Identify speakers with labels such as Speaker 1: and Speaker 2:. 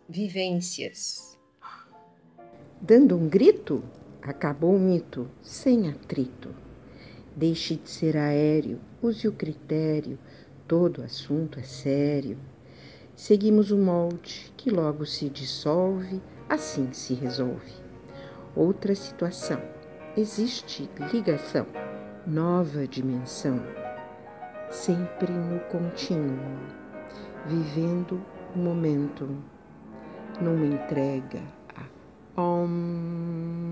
Speaker 1: vivências.
Speaker 2: Dando um grito, acabou o mito, sem atrito. Deixe de ser aéreo, use o critério, todo assunto é sério. Seguimos o molde, que logo se dissolve, assim se resolve. Outra situação, existe ligação, nova dimensão, sempre no contínuo, vivendo o momento, numa entrega a Om.